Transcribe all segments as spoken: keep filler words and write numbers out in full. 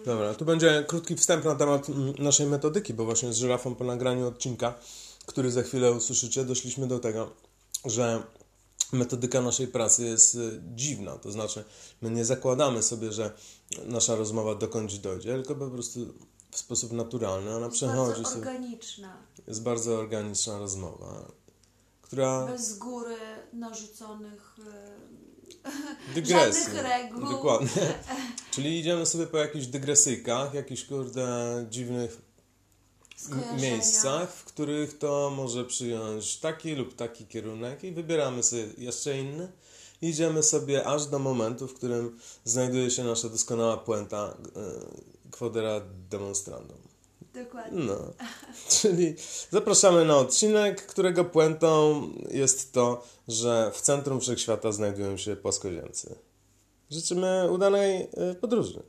Dobra, tu będzie krótki wstęp na temat naszej metodyki, bo właśnie z żyrafą po nagraniu odcinka, który za chwilę usłyszycie, doszliśmy do tego, że metodyka naszej pracy jest dziwna. To znaczy, my nie zakładamy sobie, że nasza rozmowa dokądś dojdzie, tylko po prostu w sposób naturalny ona jest przechodzi bardzo sobie. organiczna. Jest bardzo organiczna rozmowa, która... Bez góry narzuconych dygresji. żadnych reguł. Dokładnie. Czyli idziemy sobie po jakichś dygresyjkach, jakichś kurde dziwnych miejscach, w których to może przyjąć taki lub taki kierunek i wybieramy sobie jeszcze inny. Idziemy sobie aż do momentu, w którym znajduje się nasza doskonała puenta y, quodera demonstrandum. Dokładnie. No, czyli zapraszamy na odcinek, którego puentą jest to, że w centrum wszechświata znajdują się płaskoziemcy. Życzymy udanej y, podróży.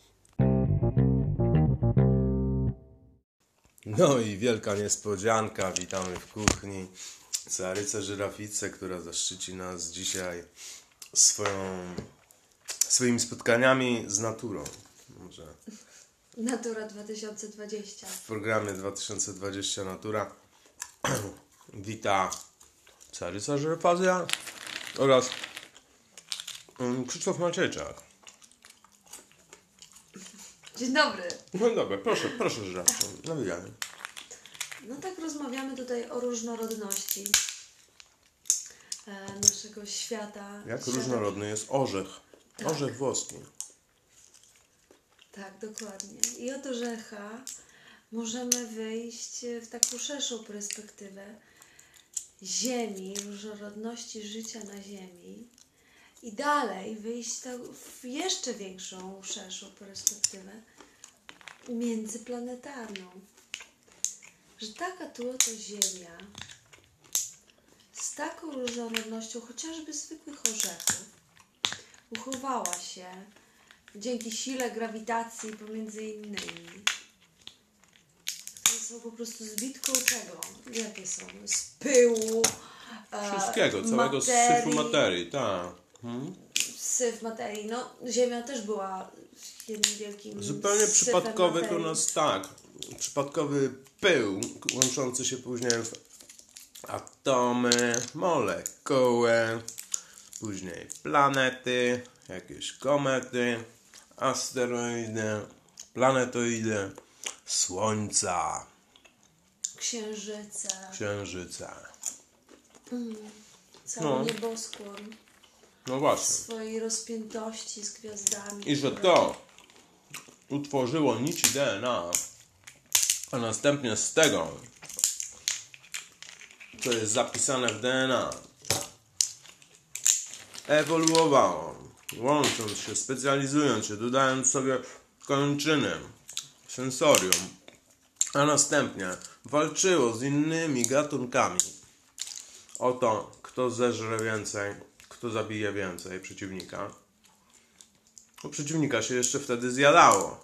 No i wielka niespodzianka, witamy w kuchni Carycę Żyraficę, która zaszczyci nas dzisiaj swoją, swoimi spotkaniami z naturą. Może Natura dwa tysiące dwadzieścia. w programie dwa tysiące dwadzieścia Natura wita Caryca Żyrafica oraz um, Krzysztof Maciejczak. Dzień dobry. No dobra, proszę, proszę Żyrafco, nawijamy. No tak rozmawiamy tutaj o różnorodności e, naszego świata. Jak świata... różnorodny jest orzech. Tak. Orzech włoski. Tak, dokładnie. I od orzecha możemy wyjść w taką szerszą perspektywę Ziemi, różnorodności życia na Ziemi i dalej wyjść w jeszcze większą, szerszą perspektywę międzyplanetarną. Że taka tu oto Ziemia z taką różnorodnością chociażby zwykłych orzechów uchowała się dzięki sile grawitacji pomiędzy innymi, które są po prostu zbitką czego? Jakie są? Z pyłu, Wszystkiego, e, całego materii, syfu materii, tak. Hmm? syf materii. No, Ziemia też była jednym wielkim Zupełnie syfem przypadkowy materii. to nas tak. Przypadkowy pył, łączący się później w atomy, molekuły, później planety, jakieś komety, asteroidy, planetoidy, słońca, Księżyce, księżyca. mm, cały No. nieboskłon No w właśnie. swojej rozpiętości z gwiazdami. I że to utworzyło nici D N A, a następnie z tego, co jest zapisane w D N A, ewoluowało, łącząc się, specjalizując się, dodając sobie kończyny, sensorium, a następnie walczyło z innymi gatunkami o to, kto zeżre więcej, kto zabije więcej przeciwnika. Bo przeciwnika się jeszcze wtedy zjadało.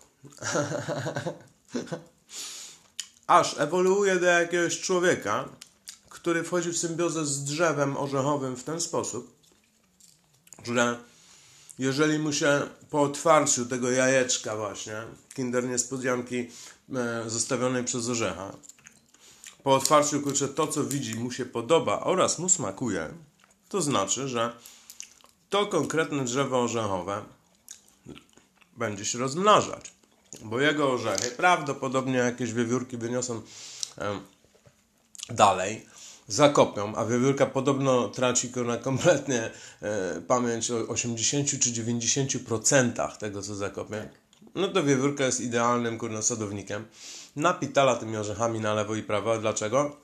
Aż ewoluuje do jakiegoś człowieka, który wchodzi w symbiozę z drzewem orzechowym w ten sposób, że jeżeli mu się po otwarciu tego jajeczka właśnie, kinder niespodzianki e, zostawionej przez orzecha, po otwarciu, kurczę, to co widzi mu się podoba oraz mu smakuje, to znaczy, że to konkretne drzewo orzechowe będzie się rozmnażać, bo jego orzechy prawdopodobnie jakieś wiewiórki wyniosą e, dalej, zakopią, a wiewiórka podobno traci na kompletnie e, pamięć o osiemdziesiąt czy dziewięćdziesiąt procent tego, co zakopie. No to wiewiórka jest idealnym, kurna, sadownikiem. Napitala tymi orzechami na lewo i prawo. Dlaczego?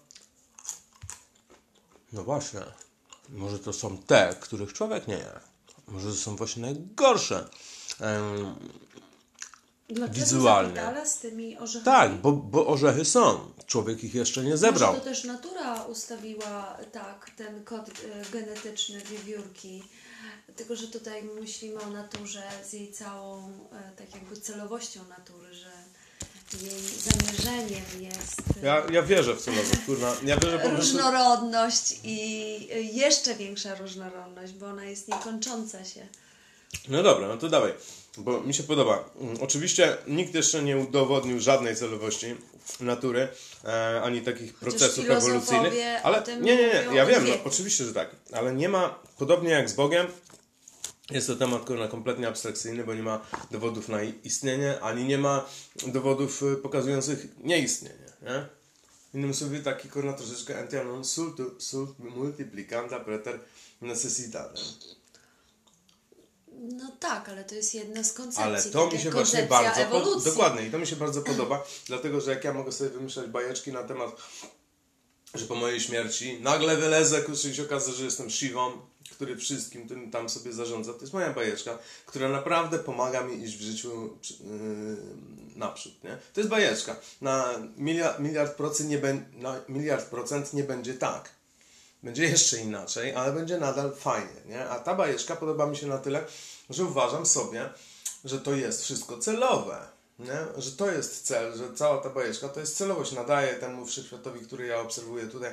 No właśnie. Może to są te, których człowiek nie je. Może to są właśnie najgorsze em, Dlaczego wizualnie. zapitala z tymi orzechami? Tak, bo, bo orzechy są. Człowiek ich jeszcze nie zebrał. Może to też natura ustawiła tak ten kod y, genetyczny wiewiórki. Tylko, że tutaj myślimy o naturze z jej całą y, tak jakby celowością natury, że jej zamierzeniem jest y, Ja, ja wierzę w celowość, kurwa. Ja wierzę po prostu... różnorodność i y, jeszcze większa różnorodność, bo ona jest niekończąca się. No dobra, no to dawaj, bo mi się podoba. Mm, Oczywiście nikt jeszcze nie udowodnił żadnej celowości natury, e, ani takich procesów filozofowie ewolucyjnych. o Ale tym nie, nie, nie, mówią ja od wiem, no, wieków. oczywiście, że tak. Ale nie ma, podobnie jak z Bogiem, jest to temat kurwa, kompletnie abstrakcyjny, bo nie ma dowodów na istnienie, ani nie ma dowodów y, pokazujących nieistnienie. Nie? Innymi słowy, taki kurwa troszeczkę entia non sult, sult multiplicanda preter necessitatem. No tak, ale to jest jedna z koncepcji. Ale to tak mi się jak właśnie koncepcja bardzo po, ewolucji. dokładnie i to mi się bardzo podoba, dlatego że jak ja mogę sobie wymyślać bajeczki na temat, że po mojej śmierci nagle wylezę, kurczę, i się okaże, że jestem Shivą, który wszystkim tym tam sobie zarządza. To jest moja bajeczka, która naprawdę pomaga mi iść w życiu yy, naprzód, nie? To jest bajeczka. Na miliard, miliard procent nie ben, na miliard procent nie będzie tak. Będzie jeszcze inaczej, ale będzie nadal fajnie, nie? A ta bajeczka podoba mi się na tyle, że uważam sobie, że to jest wszystko celowe, nie? Że to jest cel, że cała ta bajeczka to jest celowość. Nadaje temu wszechświatowi, który ja obserwuję tutaj,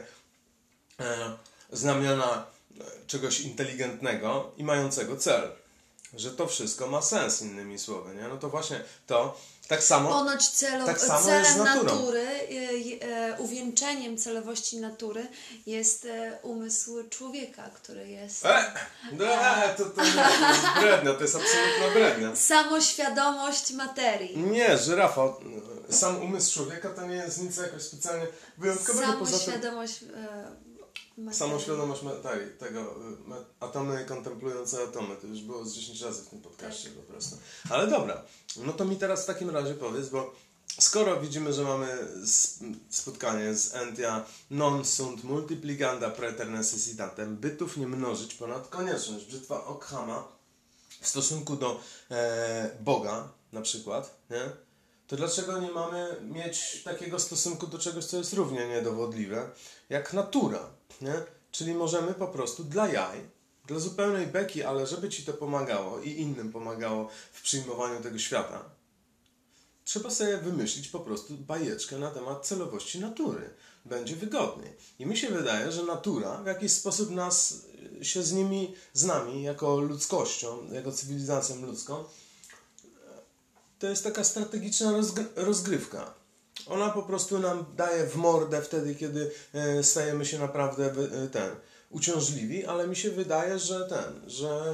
e, znamiona czegoś inteligentnego i mającego cel. Że to wszystko ma sens, innymi słowy, nie? No to właśnie to, tak samo... Ponoć celo, tak samo jest z celem naturą. natury, e, e, uwieńczeniem celowości natury jest e, umysł człowieka, który jest... E, no, to, to, nie, to jest bredne, to jest absolutna bredne. Samoświadomość materii. Nie, żyrafa, sam umysł człowieka to nie jest nic jakoś specjalnie wyjątkowego. Poza tym Samoświadomość e, materii. samoświadomość materii, tego me, atomy kontemplujące atomy, to już było z dziesięć razy w tym podcaście po prostu. Ale dobra, no to mi teraz w takim razie powiedz, bo skoro widzimy, że mamy spotkanie z entia non sunt multiplicanda preter necessitatem, bytów nie mnożyć ponad konieczność, brzytwa Ockhama w stosunku do e, Boga na przykład, nie? To dlaczego nie mamy mieć takiego stosunku do czegoś, co jest równie niedowodliwe, jak natura, nie? Czyli możemy po prostu dla jaj, dla zupełnej beki, ale żeby ci to pomagało i innym pomagało w przyjmowaniu tego świata, trzeba sobie wymyślić po prostu bajeczkę na temat celowości natury. Będzie wygodniej. I mi się wydaje, że natura w jakiś sposób nas, się z nimi, z nami, jako ludzkością, jako cywilizacją ludzką, to jest taka strategiczna rozgr- rozgrywka. Ona po prostu nam daje w mordę wtedy, kiedy e, stajemy się naprawdę e, ten, uciążliwi, ale mi się wydaje, że ten, że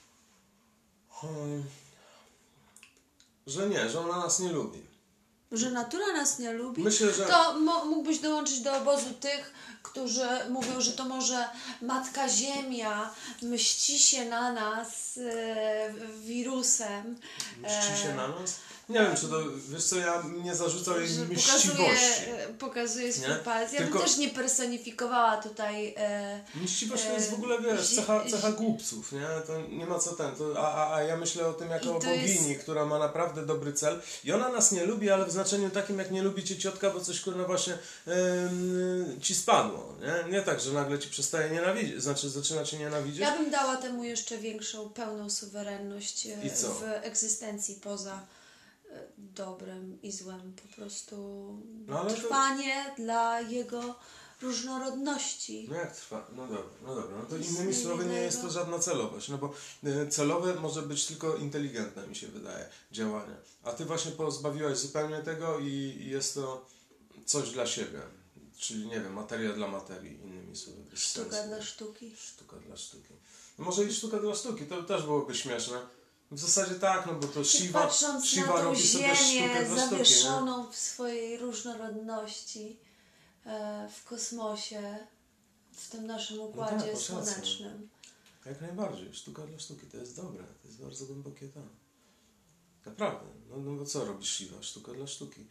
hmm, że nie, że ona nas nie lubi. Że natura nas nie lubi? Myślę, że... To mo- mógłbyś dołączyć do obozu tych, którzy mówią, że to może Matka Ziemia mści się na nas e, wirusem. Mści się na nas? Nie wiem, czy to, wiesz co, ja nie zarzucał jej Że mściwości. pokazuje, pokazuje swój Nie? palec. Ja Tylko- bym też nie personifikowała tutaj... E, Mściwość to e, jest w ogóle, wiesz, zi- cecha, cecha zi- głupców, nie? To nie ma co ten, to, a, a, a ja myślę o tym jako I o to bogini, jest- która ma naprawdę dobry cel i ona nas nie lubi, ale w znaczeniu takim, jak nie lubi cię ciotka, bo coś kurwa właśnie ym, ci spadło, nie? Nie tak, że nagle ci przestaje nienawidzieć, znaczy zaczyna cię nienawidzieć. Ja bym dała temu jeszcze większą, pełną suwerenność e, I co? w egzystencji poza e, dobrem i złem. Po prostu No ale to- trwanie dla jego różnorodności. No jak trwa? No dobra, no dobra. No to Istnieje innymi słowy nie dla jest to jego- żadna celowość, no bo y, celowe może być tylko inteligentne, mi się wydaje, działanie. A ty właśnie pozbawiłaś zupełnie tego i, i jest to coś dla siebie. Czyli, nie wiem, materia dla materii, innymi słowy. bez Sztuka sensu. dla sztuki. Sztuka dla sztuki. No może i sztuka dla sztuki, to też byłoby śmieszne. W zasadzie tak, no bo to I Shiva, patrząc Shiva na tą robi sobie sztukę ziemię dla sztuki, nie? zawieszoną w swojej różnorodności e, w kosmosie, w tym naszym układzie tak, masz rację. słonecznym. Jak najbardziej. Sztuka dla sztuki. To jest dobre. To jest bardzo głębokie tam. Naprawdę. No, no bo co robi Shiva? Sztuka dla sztuki.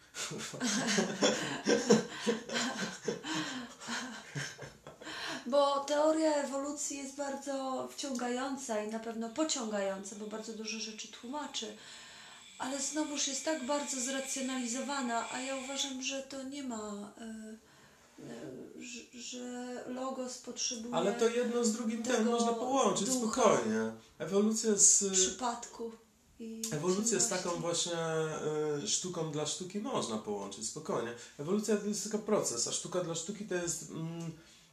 Bo teoria ewolucji jest bardzo wciągająca i na pewno pociągająca, bo bardzo dużo rzeczy tłumaczy. Ale znowuż jest tak bardzo zracjonalizowana, a ja uważam, że to nie ma... y, y, że, że logos potrzebuje Ale to jedno z drugim ten tego można połączyć ducha. spokojnie. Ewolucja jest... przypadku. I Ewolucję z czynności. taką właśnie y, sztuką dla sztuki można połączyć spokojnie. Ewolucja to jest tylko proces, a sztuka dla sztuki to jest, mm,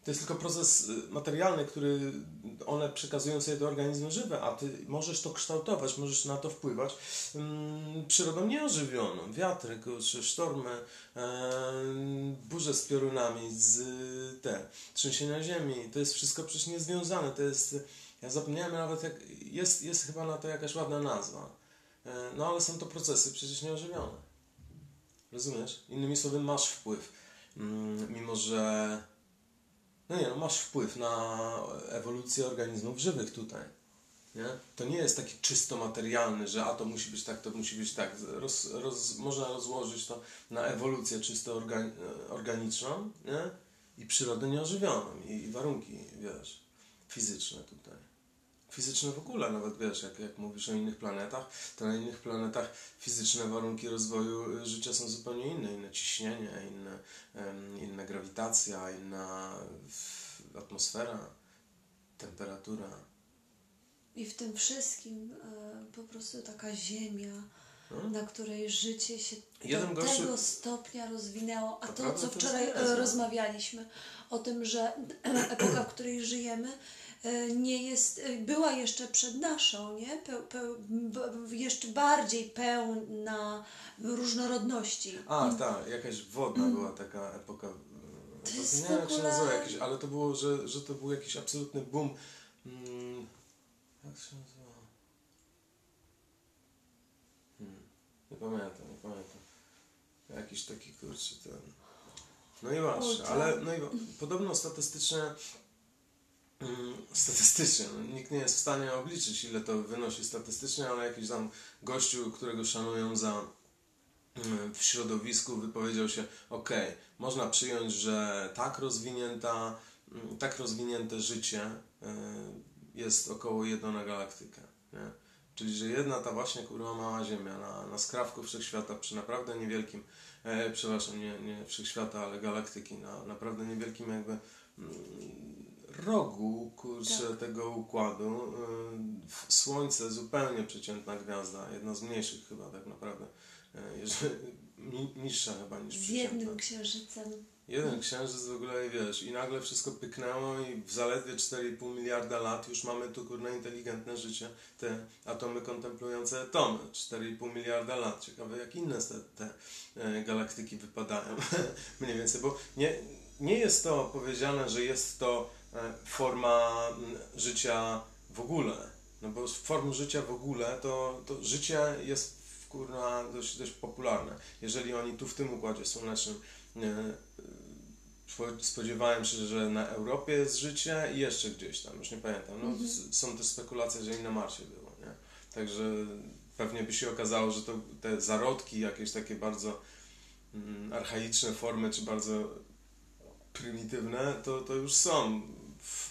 To jest tylko proces materialny, który one przekazują sobie do organizmu żywe, a ty możesz to kształtować, możesz na to wpływać um, przyrodą nieożywioną. Wiatry, kurczę, sztormy, um, burze z piorunami, z te, trzęsienia ziemi. To jest wszystko przecież niezwiązane. To jest, ja zapomniałem nawet, jak, jest, jest chyba na to jakaś ładna nazwa. E, no ale są to procesy przecież nieożywione. Rozumiesz? Innymi słowy, masz wpływ. Um, mimo, że no nie, no masz wpływ na ewolucję organizmów żywych tutaj, nie? To nie jest taki czysto materialny, że a to musi być tak, to musi być tak. Roz, roz, można rozłożyć to na ewolucję czysto organi organiczną, nie? I przyrodę nieożywioną i, i warunki, wiesz, fizyczne tutaj. Fizyczne w ogóle, nawet wiesz, jak, jak mówisz o innych planetach, to na innych planetach fizyczne warunki rozwoju życia są zupełnie inne. Inne ciśnienie, inne, um, inna grawitacja, inna atmosfera, temperatura. I w tym wszystkim e, po prostu taka ziemia, Hmm? na której życie się Jeden do gościu... tego stopnia rozwinęło. A to, Naprawdę co to wczoraj jest e, niezłe. rozmawialiśmy, o tym, że epoka, w której żyjemy, e, nie jest, e, była jeszcze przed naszą, nie? Peł, peł, b, jeszcze bardziej pełna różnorodności. A, tak, jakaś wodna była taka epoka. To To jest nie w wiem, jak się ogóle- nazywa, jakiś, ale to było, że, że to był jakiś absolutny boom. Hmm, jak się nazywa? Hmm, nie pamiętam, nie pamiętam. Jakiś taki, kurczę, ten... No i właśnie, Ultra. ale no i podobno statystycznie, mm, statystycznie, no, nikt nie jest w stanie obliczyć, ile to wynosi statystycznie, ale jakiś tam gościu, którego szanują za mm, w środowisku, wypowiedział się, ok, można przyjąć, że tak rozwinięta, mm, tak rozwinięte życie y, jest około jedno na galaktykę, nie? Czyli, że jedna ta właśnie kurwa mała Ziemia na, na skrawku wszechświata przy naprawdę niewielkim, e, przepraszam, nie, nie wszechświata, ale galaktyki, na naprawdę niewielkim jakby mm, rogu, kurczę, Tak. tego układu. Y, Słońce, zupełnie przeciętna gwiazda, jedna z mniejszych chyba tak naprawdę, e, jeżeli, ni, niższa chyba niż Z przeciętna. jednym księżycem. Jeden księżyc w ogóle, wiesz, i nagle wszystko pyknęło i w zaledwie cztery i pół miliarda lat już mamy tu kurna inteligentne życie, te atomy kontemplujące atomy, cztery i pół miliarda lat. Ciekawe, jak inne te, te e, galaktyki wypadają, mniej więcej, bo nie, nie jest to powiedziane, że jest to e, forma m, życia w ogóle, no bo form życia w ogóle, to, to życie jest kurna dość, dość popularne. Jeżeli oni tu w tym układzie słonecznym e, spodziewałem się, że na Europie jest życie i jeszcze gdzieś tam, już nie pamiętam. No, Mhm. s- są też spekulacje, że i na Marsie było, nie? Także pewnie by się okazało, że to te zarodki, jakieś takie bardzo mm, archaiczne formy, czy bardzo prymitywne, to, to już są w,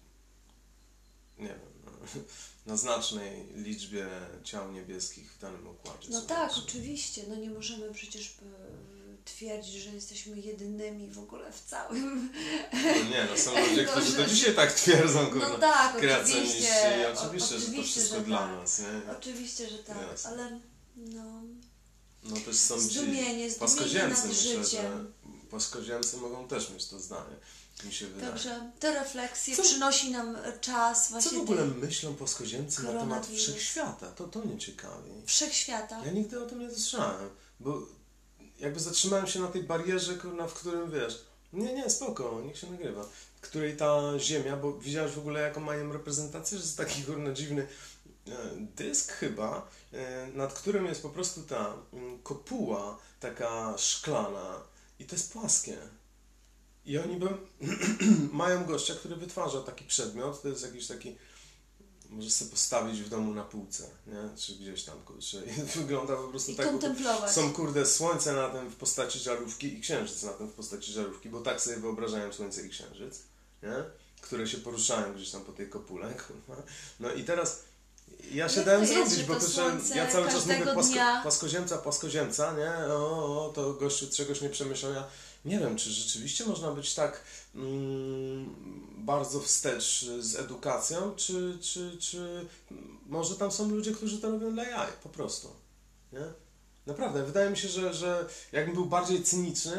nie wiem, no, na znacznej liczbie ciał niebieskich w danym układzie. No są tak, też. oczywiście. No nie możemy przecież e, twierdzić, że jesteśmy jedynymi w ogóle w całym... No nie, no są ludzie, No, którzy że- do dzisiaj tak twierdzą, kurwa. No tak, kreacjoniści. oczywiście. I oczywiście, o, że to oczywiście, wszystko że dla tak. nas, nie? Oczywiście, że tak, Jasne. ale no... No też są ci Zdumienie, zdumienie płaskoziemcy, nad myślę, że życiem. płaskoziemcy mogą też mieć to zdanie, mi się wydaje. Także te refleksje Co- przynosi nam czas Co właśnie w ogóle tej myślą płaskoziemcy na temat koronawirus. wszechświata? To, to mnie ciekawi. wszechświata. Ja nigdy o tym nie słyszałem, bo jakby zatrzymałem się na tej barierze, kurna, w którym wiesz, nie, nie, spoko, niech się nagrywa, w której ta Ziemia, bo widziałeś w ogóle jaką mają reprezentację, że jest taki kurna dziwny e, dysk chyba, e, nad którym jest po prostu ta mm, kopuła taka szklana i to jest płaskie. I oni by, mają gościa, który wytwarza taki przedmiot, to jest jakiś taki, możesz sobie postawić w domu na półce, nie? Czy gdzieś tam, kurczę, i wygląda po prostu I tak, kontemplować. są kurde słońce na tym w postaci żarówki i księżyc na tym w postaci żarówki, bo tak sobie wyobrażają słońce i księżyc, nie? Które się poruszają gdzieś tam po tej kopule, kurwa. No i teraz ja się Jak dałem to jest, zrobić, że bo to to, że słońce ja cały czas mówię każdego płasko, dnia- płaskoziemca, płaskoziemca, nie? O, o, to gościu czegoś nie przemyślał. Ja nie wiem, czy rzeczywiście można być tak mm, bardzo wstecz z edukacją, czy, czy, czy może tam są ludzie, którzy to robią dla jaj, po prostu, nie? Naprawdę, wydaje mi się, że, że jakbym był bardziej cyniczny,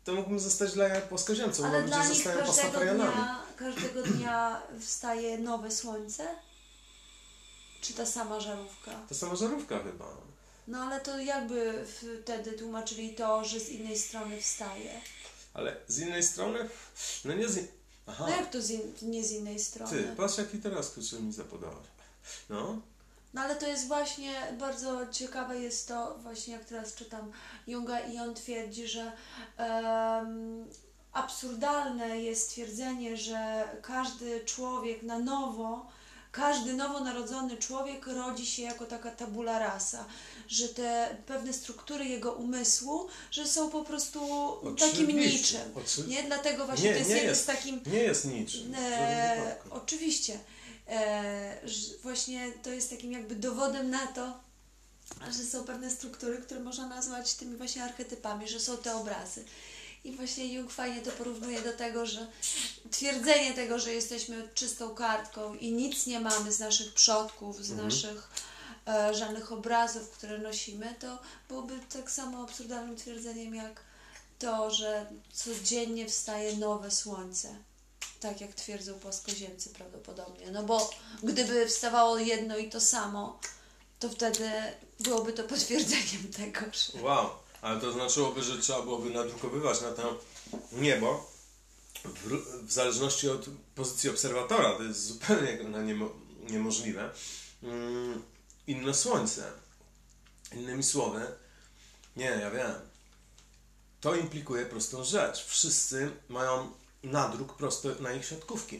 to mógłbym zostać dla płaskoziemców, bo Ale ludzie dla nich zostają każdego pastafarianami. dnia, każdego dnia wstaje nowe słońce? Czy ta sama żarówka? To sama żarówka chyba. No ale to jakby wtedy tłumaczyli to, że z innej strony wstaje? Ale z innej strony, no nie z... In... Aha. No jak to z in... nie z innej strony? Ty, patrz jaki teraz kluczy mi zapodałaś. No. No ale to jest właśnie, bardzo ciekawe jest to, właśnie jak teraz czytam Junga i on twierdzi, że um, absurdalne jest twierdzenie, że każdy człowiek na nowo, każdy nowonarodzony człowiek rodzi się jako taka tabula rasa, że te pewne struktury jego umysłu, że są po prostu Oczywiście, takim niczym. oczy... Nie? Dlatego właśnie nie, to jest nie jeden jest, z takim... Nie jest niczym. E, oczywiście. E, że właśnie to jest takim jakby dowodem na to, że są pewne struktury, które można nazwać tymi właśnie archetypami, że są te obrazy. I właśnie Jung fajnie to porównuje do tego, że twierdzenie tego, że jesteśmy czystą kartką i nic nie mamy z naszych przodków, z mhm. naszych e, żadnych obrazów, które nosimy, to byłoby tak samo absurdalnym twierdzeniem jak to, że codziennie wstaje nowe słońce. Tak jak twierdzą płaskoziemcy prawdopodobnie. No bo gdyby wstawało jedno i to samo, to wtedy byłoby to potwierdzeniem tego, że... Wow, ale to znaczyłoby, że trzeba byłoby nadrukowywać na to niebo w, w zależności od pozycji obserwatora. To jest zupełnie no, niemo, niemożliwe. Mm, inne słońce. Innymi słowy, nie, ja wiem. To implikuje prostą rzecz. Wszyscy mają nadruk prosto na ich siatkówki.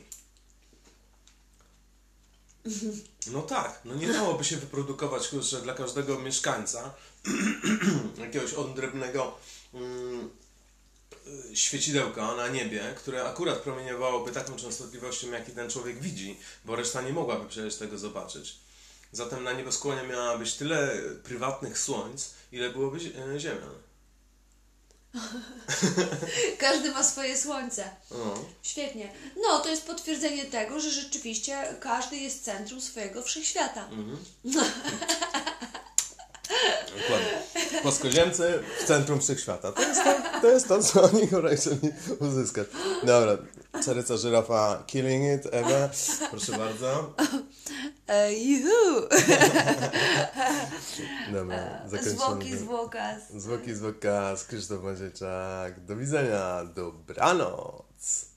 No tak, no nie dałoby się wyprodukować kurczę, dla każdego mieszkańca jakiegoś odrębnego mm, świecidełka na niebie, które akurat promieniowałoby taką częstotliwością, jaki ten człowiek widzi, bo reszta nie mogłaby przecież tego zobaczyć. Zatem na nieboskłonie miała być tyle prywatnych słońc, ile byłoby Ziemia. Każdy ma swoje słońce. No. Świetnie. No, to jest potwierdzenie tego, że rzeczywiście każdy jest centrum swojego wszechświata. Mhm. Dokładnie. Płaskoziemcy w centrum wszechświata. To jest to, to, jest to co oni chcieli uzyskać. Dobra. Caryca żyrafa killing it. Ewa, proszę bardzo. Uh, juhu! Dobra, Zwłoki, zwłokas. Zwłoki, zwłokas. Krzysztof Maciejczak. Do widzenia. Dobranoc.